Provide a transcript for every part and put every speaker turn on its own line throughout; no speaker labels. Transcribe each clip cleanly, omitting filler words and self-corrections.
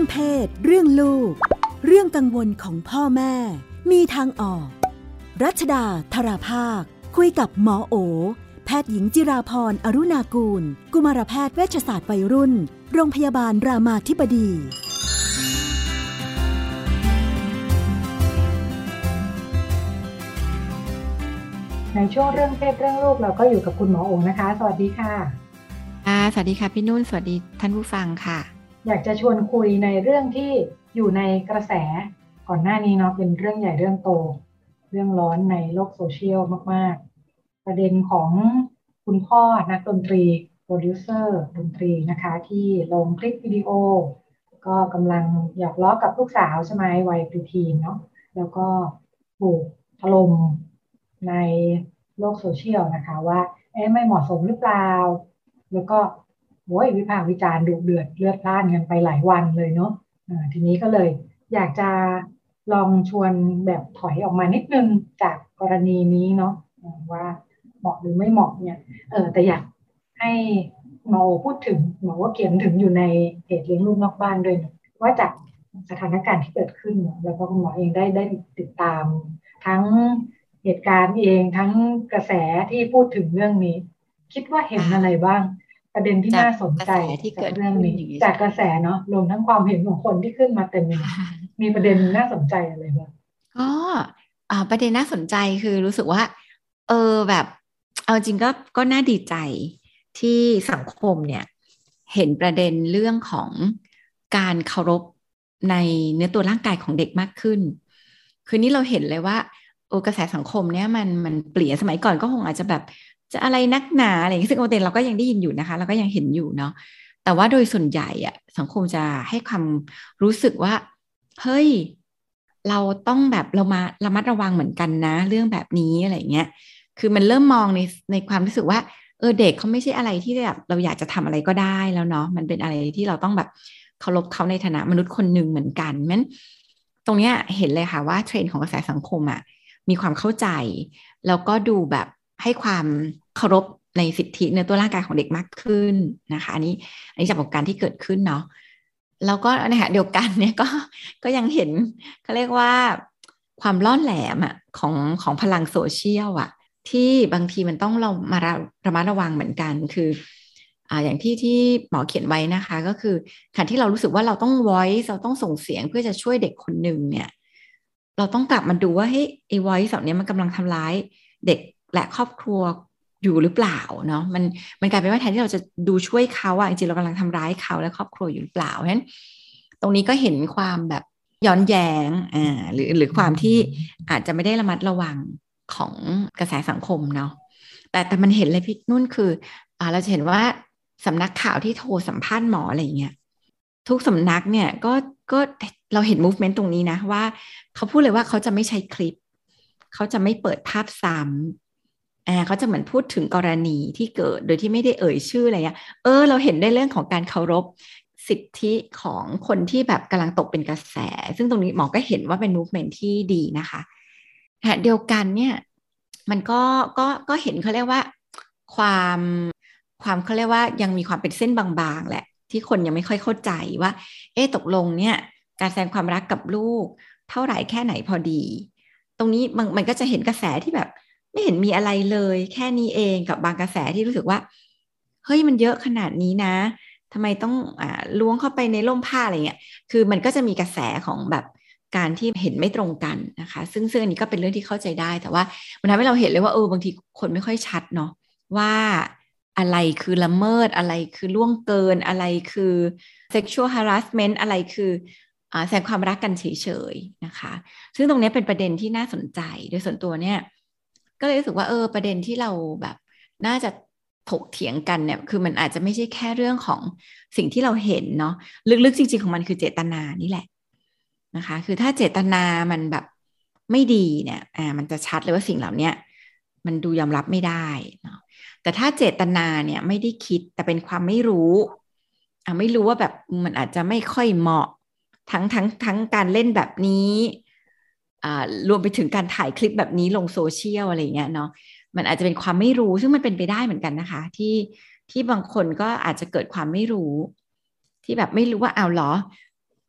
เพศเรื่องลูกเรื่องกังวลของพ่อแม่มีทางออกรัชดาธราภาคคุยกับหมอโอแพทย์หญิงจิราพรอรุณากูลกุมารแพทย์เวชศาสตร์วัยรุ่นโรงพยาบาลรามาธิบดี
ในช่วงเรื่องเพศเรื่องลูกเราก็อยู่กับคุณหมอโอนะคะสวัสดีค่ะ
สวัสดีค่ะพี่นุ่นสวัสดีท่านผู้ฟังค่ะ
อยากจะชวนคุยในเรื่องที่อยู่ในกระแสก่อนหน้านี้เนาะเป็นเรื่องใหญ่เรื่องโตเรื่องร้อนในโลกโซเชียลมากๆประเด็นของคุณพ่อนักดนตรีโปรดิวเซอร์ดนตรีนะคะที่ลงคลิปวิดีโอก็กำลังหยอกล้อกับลูกสาวใช่ไหมวัยพรีทีนเนาะแล้วก็ถูกถล่มในโลกโซเชียลนะคะว่าไม่เหมาะสมหรือเปล่าแล้วก็วิพากษ์วิจารณ์ดุเดือดเลือดพล่านกันไปหลายวันเลยเนาะทีนี้ก็เลยอยากจะลองชวนแบบถอยออกมานิดนึงจากกรณีนี้เนาะว่าเหมาะหรือไม่เหมาะเนี่ยแต่อยากให้หมอพูดถึงหมอว่าเขียนถึงอยู่ในเพจเลี้ยงลูกนอกบ้านด้วยว่าจากสถานการณ์ที่เกิดขึ้นแล้วก็คุณหมอเองได้ติดตามทั้งเหตุการณ์เองทั้งกระแสที่พูดถึงเรื่องนี้คิดว่าเห็นอะไรบ้างประเด็นที่น่าสนใจจากเรื่องนี้จากกระแสเนาะรวมทั้งความเห็นของคนที่ขึ้นมาเต็มเลยมีประเด็นน่าสนใจอะไรบ้าง
ก็ประเด็นน่าสนใจคือรู้สึกว่าแบบเอาจริงก็น่าดีใจที่สังคมเนี่ยเห็นประเด็นเรื่องของการเคารพในเนื้อตัวร่างกายของเด็กมากขึ้นคือนี่เราเห็นเลยว่ากระแสสังคมเนี่ยมันเปลี่ยนสมัยก่อนก็คงอาจจะแบบจะอะไรนักหนาอะไรอย่างนี้ซึ่งประเด็นเราก็ยังได้ยินอยู่นะคะเราก็ยังเห็นอยู่เนาะแต่ว่าโดยส่วนใหญ่อะสังคมจะให้ความรู้สึกว่าเฮ้ยเราต้องแบบเรามาระมัดระวังเหมือนกันนะเรื่องแบบนี้อะไรเงี้ยคือมันเริ่มมองในความรู้สึกว่าเด็กเขาไม่ใช่อะไรที่แบบเราอยากจะทำอะไรก็ได้แล้วเนาะมันเป็นอะไรที่เราต้องแบบเคารพเขาในฐานะมนุษย์คนหนึ่งเหมือนกันงั้นตรงเนี้ยเห็นเลยค่ะว่าเทรนด์ของกระแสสังคมอะมีความเข้าใจแล้วก็ดูแบบให้ความเคารพในสิทธิเนื้อตัวร่างกายของเด็กมากขึ้นนะคะอันนี้จากประสบการณ์ที่เกิดขึ้นเนาะแล้วก็ในขณะเดียวกันเนี่ยก็ยังเห็นเขาเรียกว่าความล่อแหลมอ่ะของพลังโซเชียลอ่ะที่บางทีมันต้องเรามาระมัดระวังเหมือนกันคืออย่างที่หมอเขียนไว้นะคะก็คือขณะที่เรารู้สึกว่าเราต้อง voice เราต้องส่งเสียงเพื่อจะช่วยเด็กคนหนึ่งเนี่ยเราต้องกลับมาดูว่าเฮ้ยไอ้ voice เหล่านี้มันกำลังทำร้ายเด็กและครอบครัวอยู่หรือเปล่าเนาะมันกลายเป็นว่าแทนที่เราจะดูช่วยเขาอะจริงๆเรากำลังทำร้ายเขาและครอบครัวอยู่หรือเปล่าเพราะฉะนั้นตรงนี้ก็เห็นความแบบย้อนแย้งหรือความที่อาจจะไม่ได้ระมัดระวังของกระแสสังคมเนาะแต่มันเห็นเลยพี่นุ่นคือเราจะเห็นว่าสำนักข่าวที่โทรสัมภาษณ์หมออะไรเงี้ยทุกสำนักเนี่ยก็เราเห็น movement ตรงนี้นะว่าเขาพูดเลยว่าเขาจะไม่ใช้คลิปเขาจะไม่เปิดภาพซ้ำเขาจะเหมือนพูดถึงกรณีที่เกิดโดยที่ไม่ได้เอ่ยชื่ออะไรเงี้ยเราเห็นได้เรื่องของการเคารพสิทธิของคนที่แบบกำลังตกเป็นกระแสซึ่งตรงนี้หมอก็เห็นว่าเป็น movement ที่ดีนะคะเดียวกันเนี่ยมันก็เห็นเขาเรียกว่าความเขาเรียกว่ายังมีความเป็นเส้นบางๆแหละที่คนยังไม่ค่อยเข้าใจว่าตกลงเนี่ยการแสดงความรักกับลูกเท่าไหร่แค่ไหนพอดีตรงนี้มันก็จะเห็นกระแสที่แบบไม่เห็นมีอะไรเลยแค่นี้เองกับบางกระแสที่รู้สึกว่าเฮ้ยมันเยอะขนาดนี้นะทำไมต้องล้วงเข้าไปในร่มผ้าอะไรเงี้ยคือมันก็จะมีกระแสของแบบการที่เห็นไม่ตรงกันนะคะซึ่งอันนี้ก็เป็นเรื่องที่เข้าใจได้แต่ว่ามันทำให้เราเห็นเลยว่าบางทีคนไม่ค่อยชัดเนาะว่าอะไรคือละเมิดอะไรคือล่วงเกินอะไรคือ sexual harassment อะไรคือแสดงความรักกันเฉยๆนะคะซึ่งตรงนี้เป็นประเด็นที่น่าสนใจโดยส่วนตัวเนี่ยก็เลยรู้สึกว่าประเด็นที่เราแบบน่าจะถกเถียงกันเนี่ยคือมันอาจจะไม่ใช่แค่เรื่องของสิ่งที่เราเห็นเนาะลึกๆจริงๆของมันคือเจตนานี่แหละนะคะคือถ้าเจตนามันแบบไม่ดีเนี่ยมันจะชัดเลยว่าสิ่งเหล่านี้มันดูยอมรับไม่ได้เนาะแต่ถ้าเจตนาเนี่ยไม่ได้คิดแต่เป็นความไม่รู้ไม่รู้ว่าแบบมันอาจจะไม่ค่อยเหมาะทั้งการเล่นแบบนี้รวมไปถึงการถ่ายคลิปแบบนี้ลงโซเชียลอะไรเงี้ยเนาะมันอาจจะเป็นความไม่รู้ซึ่งมันเป็นไปได้เหมือนกันนะคะที่บางคนก็อาจจะเกิดความไม่รู้ที่แบบไม่รู้ว่าเอาเหรอ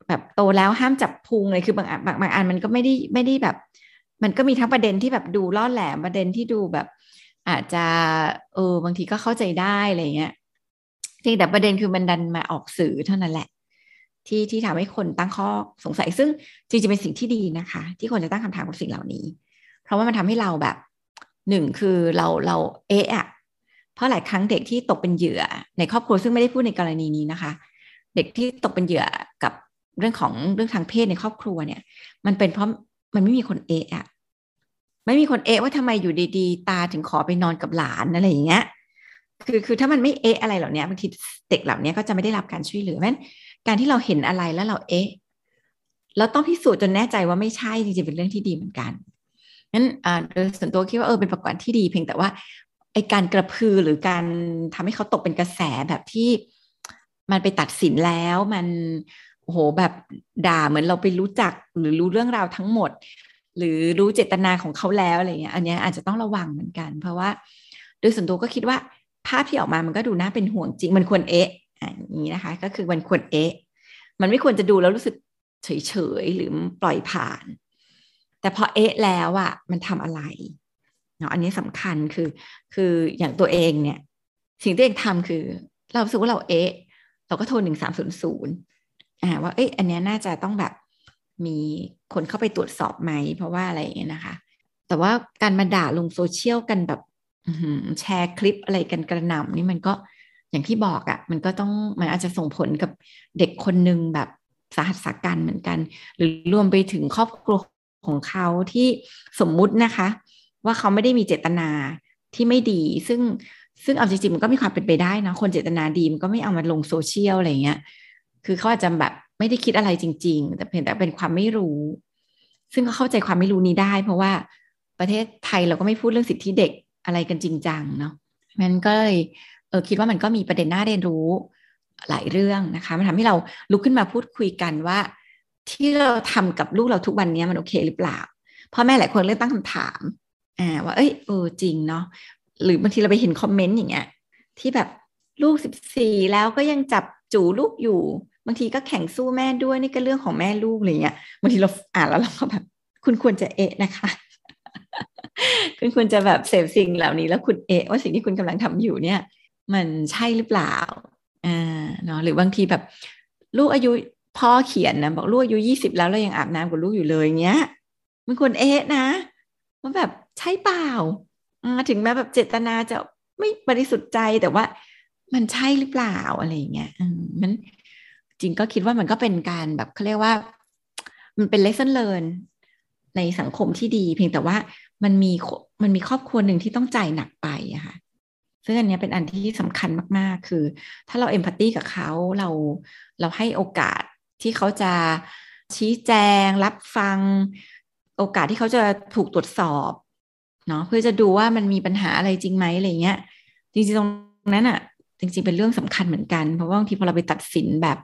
แบบโตแล้วห้ามจับพุงเลยคือบางอันมันก็ไม่ได้แบบมันก็มีทั้งประเด็นที่แบบดูล่อแหลมประเด็นที่ดูแบบอาจจะบางทีก็เข้าใจได้อะไรเงี้ยจริงแต่ประเด็นคือมันดันมาออกสื่อเท่านั้นแหละที่ทำให้คนตั้งข้อสงสัยซึ่งจริงๆเป็นสิ่งที่ดีนะคะที่คนจะตั้งคำถามกับสิ่งเหล่านี้เพราะว่ามันทำให้เราแบบหนึ่งคือเราอะเพราะหลายครั้งเด็กที่ตกเป็นเหยื่อในครอบครัวซึ่งไม่ได้พูดในกรณีนี้นะคะเด็กที่ตกเป็นเหยื่อกับเรื่องทางเพศในครอบครัวเนี่ยมันเป็นเพราะมันไม่มีคนอะไม่มีคนว่าทำไมอยู่ดีๆตาถึงขอไปนอนกับหลานอะไรอย่างเงี้ยคือถ้ามันไม่อะไรเหล่านี้บางทีเด็กเหล่านี้ก็จะไม่ได้รับการช่วยเหลือเพราะฉะนั้นการที่เราเห็นอะไรแล้วเราเราต้องพิสูจน์จนแน่ใจว่าไม่ใช่จริงๆเป็นเรื่องที่ดีเหมือนกันงั้นโดยส่วนตัวคิดว่าเป็นประกอบที่ดีเพียงแต่ว่าไอการกระพือหรือการทำให้เขาตกเป็นกระแสแบบที่มันไปตัดสินแล้วมันโอ้โหแบบด่าเหมือนเราไปรู้จักหรือรู้เรื่องราวทั้งหมดหรือรู้เจตนาของเขาแล้วอะไรเงี้ยอันนี้อาจจะต้องระวังเหมือนกันเพราะว่าโดยส่วนตัวก็คิดว่าภาพที่ออกมามันก็ดูน่าเป็นห่วงจริงมันควรอย่างนี้นะคะก็คือมันควรมันไม่ควรจะดูแล้วรู้สึกเฉยๆหรือปล่อยผ่านแต่พอแล้วอ่ะมันทำอะไรเนาะอันนี้สำคัญคืออย่างตัวเองเนี่ยสิ่งที่เองทำคือเรารู้สึกว่าเราเราก็โทร1300ว่าอันนี้น่าจะต้องแบบมีคนเข้าไปตรวจสอบไหมเพราะว่าอะไรอย่างเงี้ยนะคะแต่ว่าการมาด่าลงโซเชียลกันแบบแชร์คลิปอะไรกันกระหน่ำนี่มันก็อย่างที่บอกอ่ะมันอาจจะส่งผลกับเด็กคนหนึ่งแบบสาหัสสากันเหมือนกันหรือรวมไปถึงครอบครัวของเขาที่สมมุตินะคะว่าเขาไม่ได้มีเจตนาที่ไม่ดีซึ่งเอาจริงๆมันก็มีความเป็นไปได้นะคนเจตนาดีมันก็ไม่เอามาลงโซเชียลอะไรเงี้ยคือเขาอาจจะแบบไม่ได้คิดอะไรจริงๆแต่เพียงแต่เป็นความไม่รู้ซึ่งก็เข้าใจความไม่รู้นี้ได้เพราะว่าประเทศไทยเราก็ไม่พูดเรื่องสิทธิเด็กอะไรกันจริงจังเนาะมันก็เลยคิดว่ามันก็มีประเด็นน่าเรียนรู้หลายเรื่องนะคะมันทำให้เราลุกขึ้นมาพูดคุยกันว่าที่เราทำกับลูกเราทุกวันนี้มันโอเคหรือเปล่าพ่อแม่หลายคนเริ่มตั้งคำถามว่าจริงเนาะหรือบางทีเราไปเห็นคอมเมนต์อย่างเงี้ยที่แบบลูก14แล้วก็ยังจับจูลูกอยู่บางทีก็แข่งสู้แม่ด้วยนี่ก็เรื่องของแม่ลูกอะไรเงี้ยบางทีเราอ่านแล้วเราก็แบบคุณควรจะนะคะคุณควรจะแบบเสพสิ่งเหล่านี้แล้วคุณว่าสิ่งที่คุณกำลังทำอยู่เนี่ยมันใช่หรือเปล่าเนาะหรือบางทีแบบลูกอายุพ่อเขียนนะบอกลูกอายุ20แล้วเรายังอาบน้ำกับลูกอยู่เลยเงี้ยมันควรนะว่าแบบใช่เปล่าถึงแม้แบบเจตนาจะไม่บริสุทธิ์ใจแต่ว่ามันใช่หรือเปล่าอะไรเงี้ยมันจริงก็คิดว่ามันก็เป็นการแบบเขาเรียกว่ามันเป็น lesson learn ในสังคมที่ดีเพียงแต่ว่ามันมีครอบครัวหนึ่งที่ต้องจ่ายหนักไปอะค่ะซึ่งอันนี้เป็นอันที่สำคัญมากๆคือถ้าเราเอมพัตตีกับเขาเราให้โอกาสที่เขาจะชี้แจงรับฟังโอกาสที่เขาจะถูกตรวจสอบเนาะเพื่อจะดูว่ามันมีปัญหาอะไรจริงไหมอะไรเงี้ยจริงๆตรงนั้นอะจริงๆเป็นเรื่องสำคัญเหมือนกันเพราะว่าบางทีพอเราไปตัดสินแบบ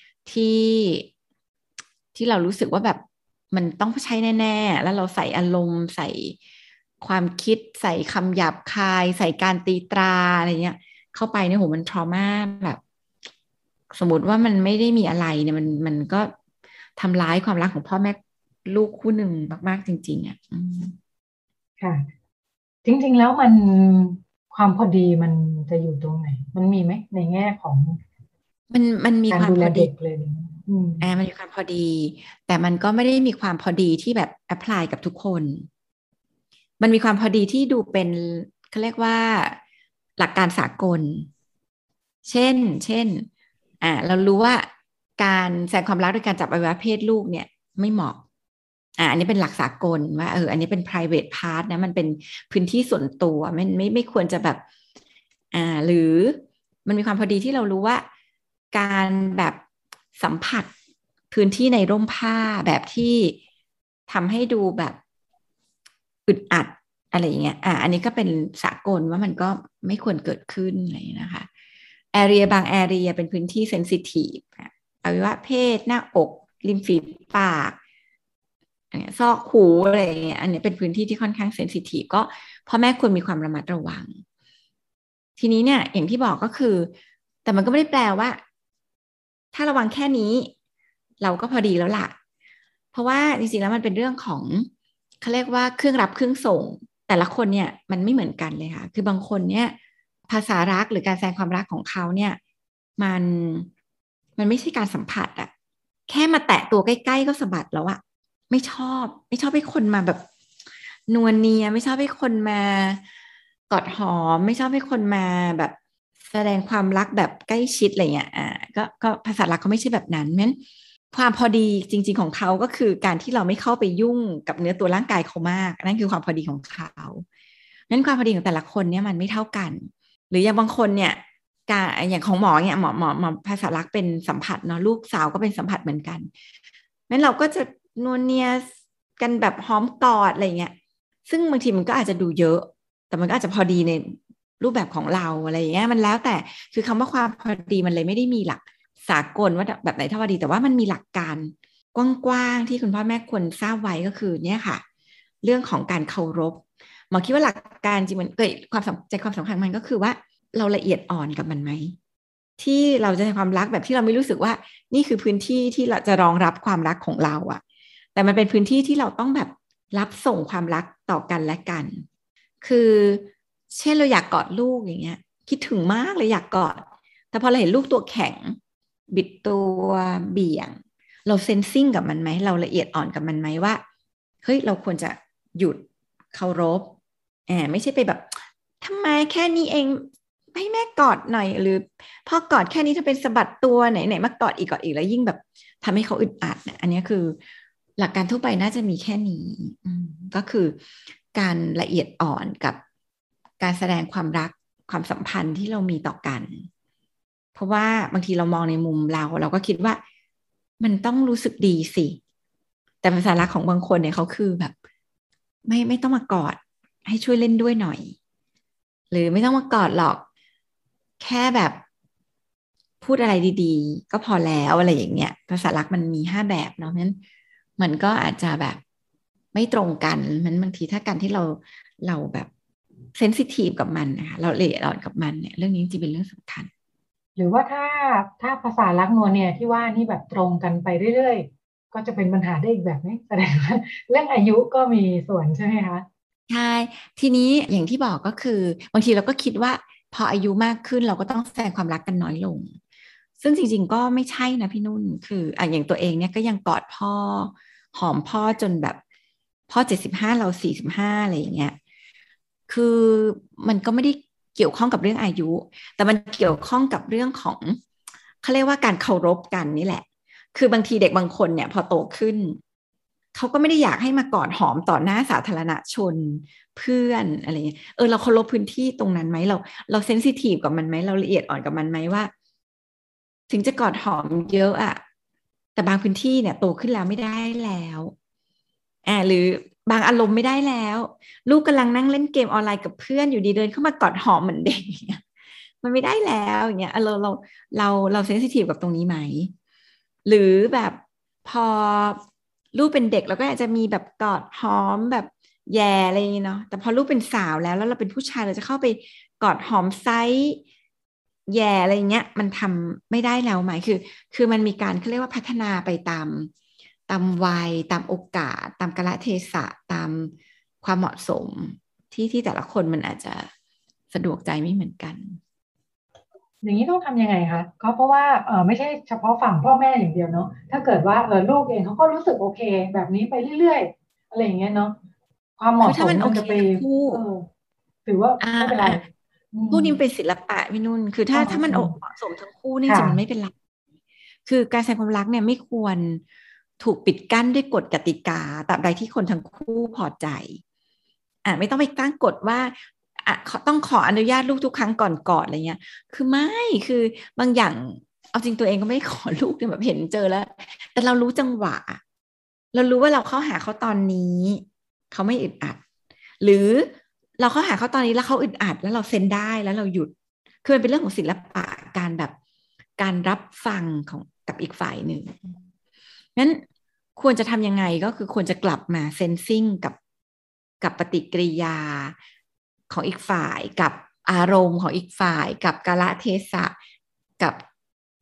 ที่เรารู้สึกว่าแบบมันต้องใช่แน่ๆแล้วเราใส่อารมณ์ใส่ความคิดใส่คำหยาบคายใส่การตีตราอะไรเงี้ยเข้าไปเนี่ยโหมันทรมาแบบสมมติว่ามันไม่ได้มีอะไรเนี่ยมันก็ทำร้ายความรักของพ่อแม่ลูกคู่หนึ่งมากๆจริงๆอ่ะ
ค่ะจริงๆแล้วความพอดีมันจะอยู่ตรงไหนมันมีไหมในแง่ของ
มันมีความพอดี
เลย
มันมีความพอดีแต่มันก็ไม่ได้มีความพอดีที่แบบแอพพลายกับทุกคนมันมีความพอดีที่ดูเป็นเขาเรียกว่าหลักการสากลเช่นเรารู้ว่าการแสดงความรักโดยการจับอวัยวะเพศลูกเนี่ยไม่เหมาะอันนี้เป็นหลักสากลว่าอันนี้เป็น private part นะมันเป็นพื้นที่ส่วนตัวไม่ควรจะแบบหรือมันมีความพอดีที่เรารู้ว่าการแบบสัมผัสพื้นที่ในร่มผ้าแบบที่ทำให้ดูแบบอึดอัดอะไรอย่างเงี้ยอันนี้ก็เป็นสากลว่ามันก็ไม่ควรเกิดขึ้นอะไรนะคะแอเรียบางแอเรียเป็นพื้นที่เซนซิทีฟอวัยวะเพศหน้าอกริมฝีปากซอกหูอะไรอย่างเงี้ยอันนี้เป็นพื้นที่ที่ค่อนข้างเซนซิทีฟก็พ่อแม่ควรมีความระมัดระวังทีนี้เนี่ยอย่างที่บอกก็คือแต่มันก็ไม่ได้แปลว่าถ้าระวังแค่นี้เราก็พอดีแล้วล่ะเพราะว่าจริงๆแล้วมันเป็นเรื่องของเขาเรียกว่าเครื่องรับเครื่องส่งแต่ละคนเนี่ยมันไม่เหมือนกันเลยค่ะคือบางคนเนี่ยภาษารักหรือการแสดงความรักของเขาเนี่ยมันมันไม่ใช่การสัมผัสอะแค่มาแตะตัวใกล้ๆก็สะบัดแล้วอะไม่ชอบให้คนมาแบบนวลเนียไม่ชอบให้คนมากอดหอมไม่ชอบให้คนมาแบบแสดงความรักแบบใกล้ชิดอะไรเงี้ยก็ภาษารักเขาไม่ใช่แบบนั้นงั้นความพอดีจริงๆของเขาก็คือการที่เราไม่เข้าไปยุ่งกับเนื้อตัวร่างกายเขามากนั่นคือความพอดีของเขางั้นความพอดีของแต่ละคนเนี่ยมันไม่เท่ากันหรืออย่างบางคนเนี่ยการอย่างของหมอเนี่ยหมอภาษารักเป็นสัมผัสเนาะลูกสาวก็เป็นสัมผัสเหมือนกันงั้นเราก็จะนวลเนียกันแบบหอมกอดอะไรเงี้ยซึ่งบางทีมันก็อาจจะดูเยอะแต่มันก็อาจจะพอดีในรูปแบบของเราอะไรอย่างเงี้ยมันแล้วแต่คือคำว่าความพอดีมันเลยไม่ได้มีหลักสากลว่าแบบไหนเท่าพอดีแต่ว่ามันมีหลักการกว้างๆที่คุณพ่อแม่ควรทราบไว้ก็คือเนี่ยค่ะเรื่องของการเคารพหมอคิดว่าหลักการจริงมันเกิดความสำคัญมันก็คือว่าเราละเอียดอ่อนกับมันไหมที่เราจะให้ความรักแบบที่เราไม่รู้สึกว่านี่คือพื้นที่ที่เราจะรองรับความรักของเราอะแต่มันเป็นพื้นที่ที่เราต้องแบบรับส่งความรักต่อกันและกันคือเช่นเราอยากกอดลูกอย่างเงี้ยคิดถึงมากเลยอยากกอดแต่พอเราเห็นลูกตัวแข็งบิดตัวเบี่ยงเราเซนซิ่งกับมันไหมเราละเอียดอ่อนกับมันไหมว่าเฮ้ยเราควรจะหยุดเคารพไม่ใช่ไปแบบทำไมแค่นี้เองให้แม่กอดหน่อยหรือพอกอดแค่นี้ถ้าเป็นสะบัดตัวไหนมากอดอีกแล้วยิ่งแบบทำให้เขาอึดอัดอันนี้คือหลักการทั่วไปน่าจะมีแค่นี้ก็คือการละเอียดอ่อนกับการแสดงความรักความสัมพันธ์ที่เรามีต่อกันเพราะว่าบางทีเรามองในมุมเราก็คิดว่ามันต้องรู้สึกดีสิแต่ภาษารักของบางคนเนี่ยเขาคือแบบไม่ต้องมากอดให้ช่วยเล่นด้วยหน่อยหรือไม่ต้องมากอดหรอกแค่แบบพูดอะไรดีๆก็พอแล้วอะไรอย่างเงี้ยภาษารักมันมี5แบบเนาะงั้นมันก็อาจจะแบบไม่ตรงกันมันบางทีถ้าการที่เราแบบเซนซิทีฟกับมันนะคะเราละเอียดอ่อนกับมันเนี่ยเรื่องนี้จริงเป็นเรื่องสำคัญ
หรือว่าถ้าภาษารักนวลเนี่ยที่ว่านี่แบบตรงกันไปเรื่อยๆก็จะเป็นปัญหาได้อีกแบบนี้แสดงว่าเรื่องอายุก็มีส่วนใช่ไหมคะ
ใช่ทีนี้อย่างที่บอกก็คือบางทีเราก็คิดว่าพออายุมากขึ้นเราก็ต้องแสดงความรักกันน้อยลงซึ่งจริงๆก็ไม่ใช่นะพี่นุ่นคืออย่างตัวเองเนี่ยก็ยังกอดพ่อหอมพ่อจนแบบพ่อ75เรา45อะไรอย่างเงี้ยคือมันก็ไม่ได้เกี่ยวข้องกับเรื่องอายุแต่มันเกี่ยวข้องกับเรื่องของเขาเรียกว่าการเคารพกันนี่แหละคือบางทีเด็กบางคนเนี่ยพอโตขึ้นเขาก็ไม่ได้อยากให้มากอดหอมต่อหน้าสาธารณชนเพื่อนอะไรเงี้ยเราเคารพพื้นที่ตรงนั้นไหมเราเซนซิทีฟกับมันไหมเราละเอียดอ่อนกับมันไหมว่าถึงจะกอดหอมเยอะอะแต่บางพื้นที่เนี่ยโตขึ้นแล้วไม่ได้แล้วหรือบางอารมณ์ไม่ได้แล้วลูกกำลังนั่งเล่นเกมออนไลน์กับเพื่อนอยู่ดีเดินเข้ามากอดหอมเหมือนเด็กมันไม่ได้แล้วอย่างเงี้ยเราเซนซิทีฟกับตรงนี้ไหมหรือแบบพอลูกเป็นเด็กเราก็อาจจะมีแบบกอดหอมแบบแย่อะไรอย่างเงี้ยเนาะแต่พอลูกเป็นสาวแล้วเราเป็นผู้ชายเราจะเข้าไปกอดหอมไซส์แย่อะไรเงี้ยมันทำไม่ได้แล้วไหมคือมันมีการเขาเรียกว่าพัฒนาไปตามวัยตามโอกาสตามกาลเทศะตามความเหมาะสมที่แต่ละคนมันอาจจะสะดวกใจไม่เหมือนกัน
อย่างนี้ต้องทำยังไงคะก็เพราะว่าไม่ใช่เฉพาะฝั่งพ่อแม่อย่างเดียวเนาะถ้าเกิดว่าลูกเองเขาก็รู้สึกโอเคแบบนี้ไปเรื่อยๆอะไรอย่างเงี้ยเนาะความเห
คือ
มาะส
ถ้ามันโอเค
มมันจะไป
ทั้งคู่
เออถือว่า
อ่า
ไม่เป็นไร
อ่า
อืม
คู่นี้เป็นศิลปะพี่นุ่นคือ
อ๋อ
ถ้ามัน
อืม
เหมาะสมทั้งคู่นี่จ
ค่ะ
ริงมันไม่เป็นไร คือการแสดงความรักเนี่ยไม่ควรถูกปิดกั้นด้วยกฎกติกาตราบใดที่คนทั้งคู่พอใจไม่ต้องไปตั้งกฎว่าต้องขออนุญาตลูกทุกครั้งก่อนกอดอะไรเงี้ยคือไม่คือบางอย่างเอาจริงตัวเองก็ไม่ได้ขอลูกเนี่ยแบบเห็นเจอแล้วแต่เรารู้จังหวะเรารู้ว่าเราเข้าหาเขาตอนนี้เขาไม่อึดอัดหรือเราเข้าหาเขาตอนนี้แล้วเขาอึดอัดแล้วเราเซ็นได้แล้วเราหยุดคือมันเป็นเรื่องของศิลปะการแบบการรับฟังของกับอีกฝ่ายหนึ่งงั้นควรจะทำยังไงก็คือควรจะกลับมาเซนซิ่งกับปฏิกิริยาของอีกฝ่ายกับอารมณ์ของอีกฝ่ายกับกาลเทศะกับ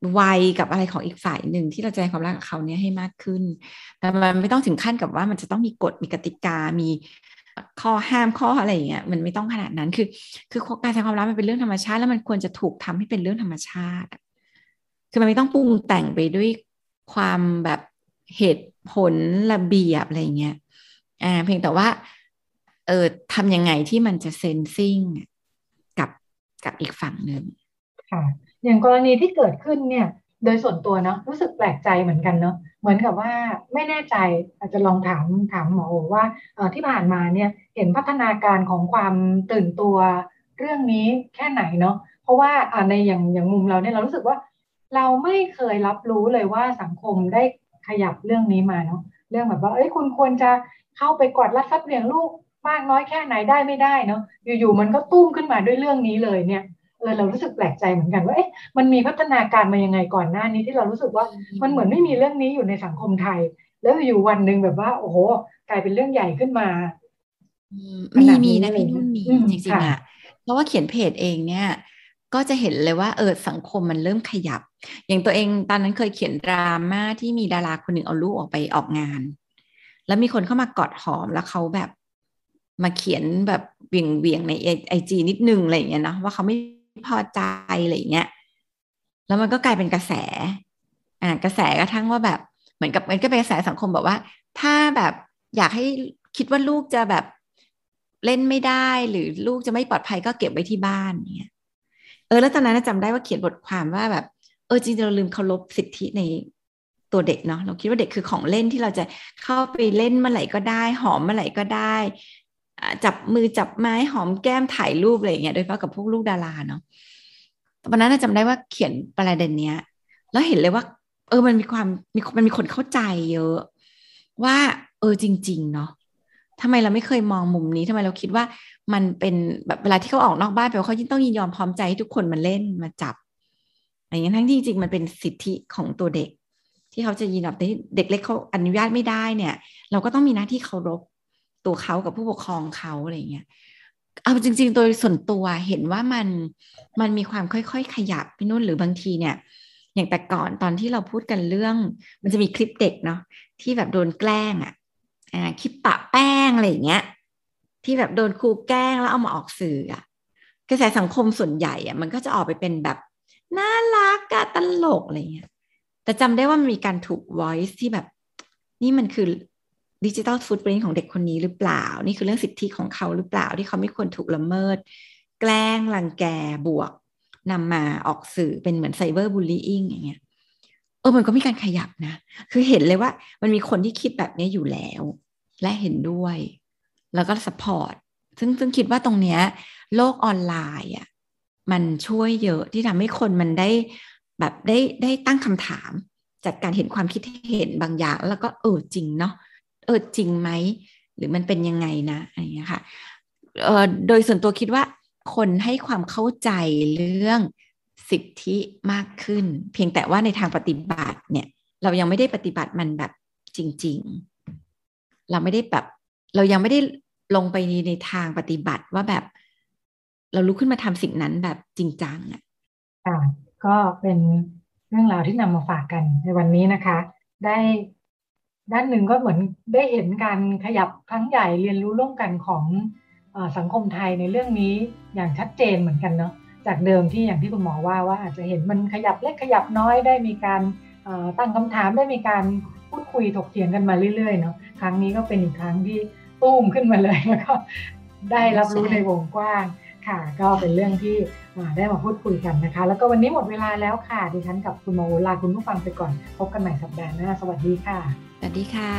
วัยกับอะไรของอีกฝ่ายหนึ่งที่เราจะแสดงความรักกับเขาเนี่ยให้มากขึ้นแต่มันไม่ต้องถึงขั้นกับว่ามันจะต้องมีกฎมีกติกามีข้อห้ามข้ออะไรอย่างเงี้ยมันไม่ต้องขนาดนั้นคือการแสดงความรักมันเป็นเรื่องธรรมชาติแล้วมันควรจะถูกทำให้เป็นเรื่องธรรมชาติคือมันไม่ต้องปรุงแต่งไปด้วยความแบบเหตุผลระเบียบอะไรเงี้ยเพียงแต่ว่าทำยังไงที่มันจะเซนซิ่งกับอีกฝั่งหนึ่ง
ค่ะอย่างกรณีที่เกิดขึ้นเนี่ยโดยส่วนตัวเนาะรู้สึกแปลกใจเหมือนกันเนาะเหมือนกับว่าไม่แน่ใจอาจจะลองถามหมอโอว่าที่ผ่านมาเนี่ยเห็นพัฒนาการของความตื่นตัวเรื่องนี้แค่ไหนเนาะเพราะว่าในอย่างมุมเราเนี่ยเรารู้สึกว่าเราไม่เคยรับรู้เลยว่าสังคมได้ขยับเรื่องนี้มาเนาะเรื่องแบบว่าเอ้ยคุณควรจะเข้าไปกอดรัดฟัดเหวี่ยงลูกมากน้อยแค่ไหนได้ไม่ได้เนาะอยู่ๆมันก็ตุ้มขึ้นมาด้วยเรื่องนี้เลยเนี่ยเรารู้สึกแปลกใจเหมือนกันว่าเอ๊ะมันมีพัฒนาการมายังไงก่อนหน้านี้ที่เรารู้สึกว่ามันเหมือนไม่มีเรื่องนี้อยู่ในสังคมไทยแล้วอยู่วันหนึ่งแบบว่าโอ้โหกลายเป็นเรื่องใหญ่ขึ้นมา
มีนะพี่นุ่นมีจริงๆอ่ะเพราะว่าเขียนเพจเองเนี่ยก็จะเห็นเลยว่าสังคมมันเริ่มขยับอย่างตัวเองตอนนั้นเคยเขียนดราม่าที่มีดาราคนหนึ่งเอาลูกออกไปออกงานแล้วมีคนเข้ามากอดหอมแล้วเขาแบบมาเขียนแบบเบี่ยงในIGนิดนึงอะไรอย่างเงี้ยนะว่าเขาไม่พอใจอะไรอย่างเงี้ยแล้วมันก็กลายเป็นกระแสกระแสกระทั่งว่าแบบเหมือนกับมันก็เป็นกระแสสังคมแบบว่าถ้าแบบอยากให้คิดว่าลูกจะแบบเล่นไม่ได้หรือลูกจะไม่ปลอดภัยก็เก็บไว้ที่บ้านเนี่ยแล้วตอนนั้นจำได้ว่าเขียนบทความว่าแบบจริงๆเราลืมเคารพสิทธิในตัวเด็กเนาะเราคิดว่าเด็กคือของเล่นที่เราจะเข้าไปเล่นเมื่อไหร่ก็ได้หอมเมื่อไหร่ก็ได้จับมือจับไม้หอมแก้มถ่ายรูปอะไรอย่างเงี้ยโดยเฉพาะกับพวกลูกดาราเนาะวันนั้นจำได้ว่าเขียนประเด็นเนี้ยแล้วเห็นเลยว่ามันมีคนเข้าใจเยอะว่าจริงๆเนาะทำไมเราไม่เคยมองมุมนี้ทำไมเราคิดว่ามันเป็นแบบเวลาที่เขาออกนอกบ้านไปเขาต้องยินยอมพร้อมใจให้ทุกคนมาเล่นมาจับอย่างนี้ทั้งที่จริงมันเป็นสิทธิของตัวเด็กที่เขาจะยินยอมแต่เด็กเล็กเขาอนุญาตไม่ได้เนี่ยเราก็ต้องมีหน้าที่เคารพตัวเขากับผู้ปกครองเขาอะไรเงี้ยเอาจริงๆโดยส่วนตัวเห็นว่ามันมีความค่อยๆขยับพี่นุ่นหรือบางทีเนี่ยอย่างแต่ก่อนตอนที่เราพูดกันเรื่องมันจะมีคลิปเด็กเนาะที่แบบโดนแกล้งคลิปปะแป้งอะไรอย่างเงี้ยที่แบบโดนครูแกล้งแล้วเอามาออกสื่อกระแสสังคมส่วนใหญ่มันก็จะออกไปเป็นแบบน่ารักตลกอะไรเงี้ยแต่จำได้ว่ามันมีการถูก voice ที่แบบนี่มันคือดิจิทัลฟุตปริ้นท์ของเด็กคนนี้หรือเปล่านี่คือเรื่องสิทธิของเขาหรือเปล่าที่เขาไม่ควรถูกละเมิดแกล้งรังแกบวกนำมาออกสื่อเป็นเหมือนไซเบอร์บูลลี่อิงอย่างเงี้ยมันก็มีการขยับนะคือเห็นเลยว่ามันมีคนที่คิดแบบนี้อยู่แล้วและเห็นด้วยแล้วก็ซัพพอร์ตซึ่งคิดว่าตรงเนี้ยโลกออนไลน์มันช่วยเยอะที่ทำให้คนมันได้แบบได้ตั้งคำถามจากการเห็นความคิดเห็นบางอย่างแล้วก็จริงเนาะจริงไหมหรือมันเป็นยังไงนะอะไรอย่างเงี้ยค่ะโดยส่วนตัวคิดว่าคนให้ความเข้าใจเรื่องสิทธิมากขึ้นเพียงแต่ว่าในทางปฏิบัติเนี่ยเรายังไม่ได้ปฏิบัติมันแบบจริงๆเรายังไม่ได้ลงไปในทางปฏิบัติว่าแบบเราลุกขึ้นมาทำสิ่งนั้นแบบจริงจัง
ค่ะก็เป็นเรื่องราวที่นำมาฝากกันในวันนี้นะคะได้ด้านหนึ่งก็เหมือนได้เห็นการขยับครั้งใหญ่เรียนรู้ร่วมกันของสังคมไทยในเรื่องนี้อย่างชัดเจนเหมือนกันเนาะจากเดิมที่อย่างที่คุณหมอว่าอาจจะเห็นมันขยับเล็กขยับน้อยได้มีการตั้งคำถามได้มีการพูดคุยถกเถียงกันมาเรื่อยๆเนาะครั้งนี้ก็เป็นอีกครั้งที่ตุ้มขึ้นมาเลยแล้วก็ได้รับรู้ในวงกว้างค่ะก็เป็นเรื่องที่ได้มาพูดคุยกันนะคะแล้วก็วันนี้หมดเวลาแล้วค่ะดิฉันกับคุณหมอลาคุณผู้ฟังไปก่อนพบกันใหม่สัปดาห์หน้าสวัสดีค่ะ
สวัสดีค่ะ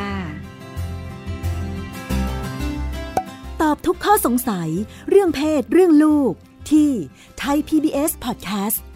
ตอบทุกข้อสงสัยเรื่องเพศเรื่องลูกที่ Thai PBS Podcast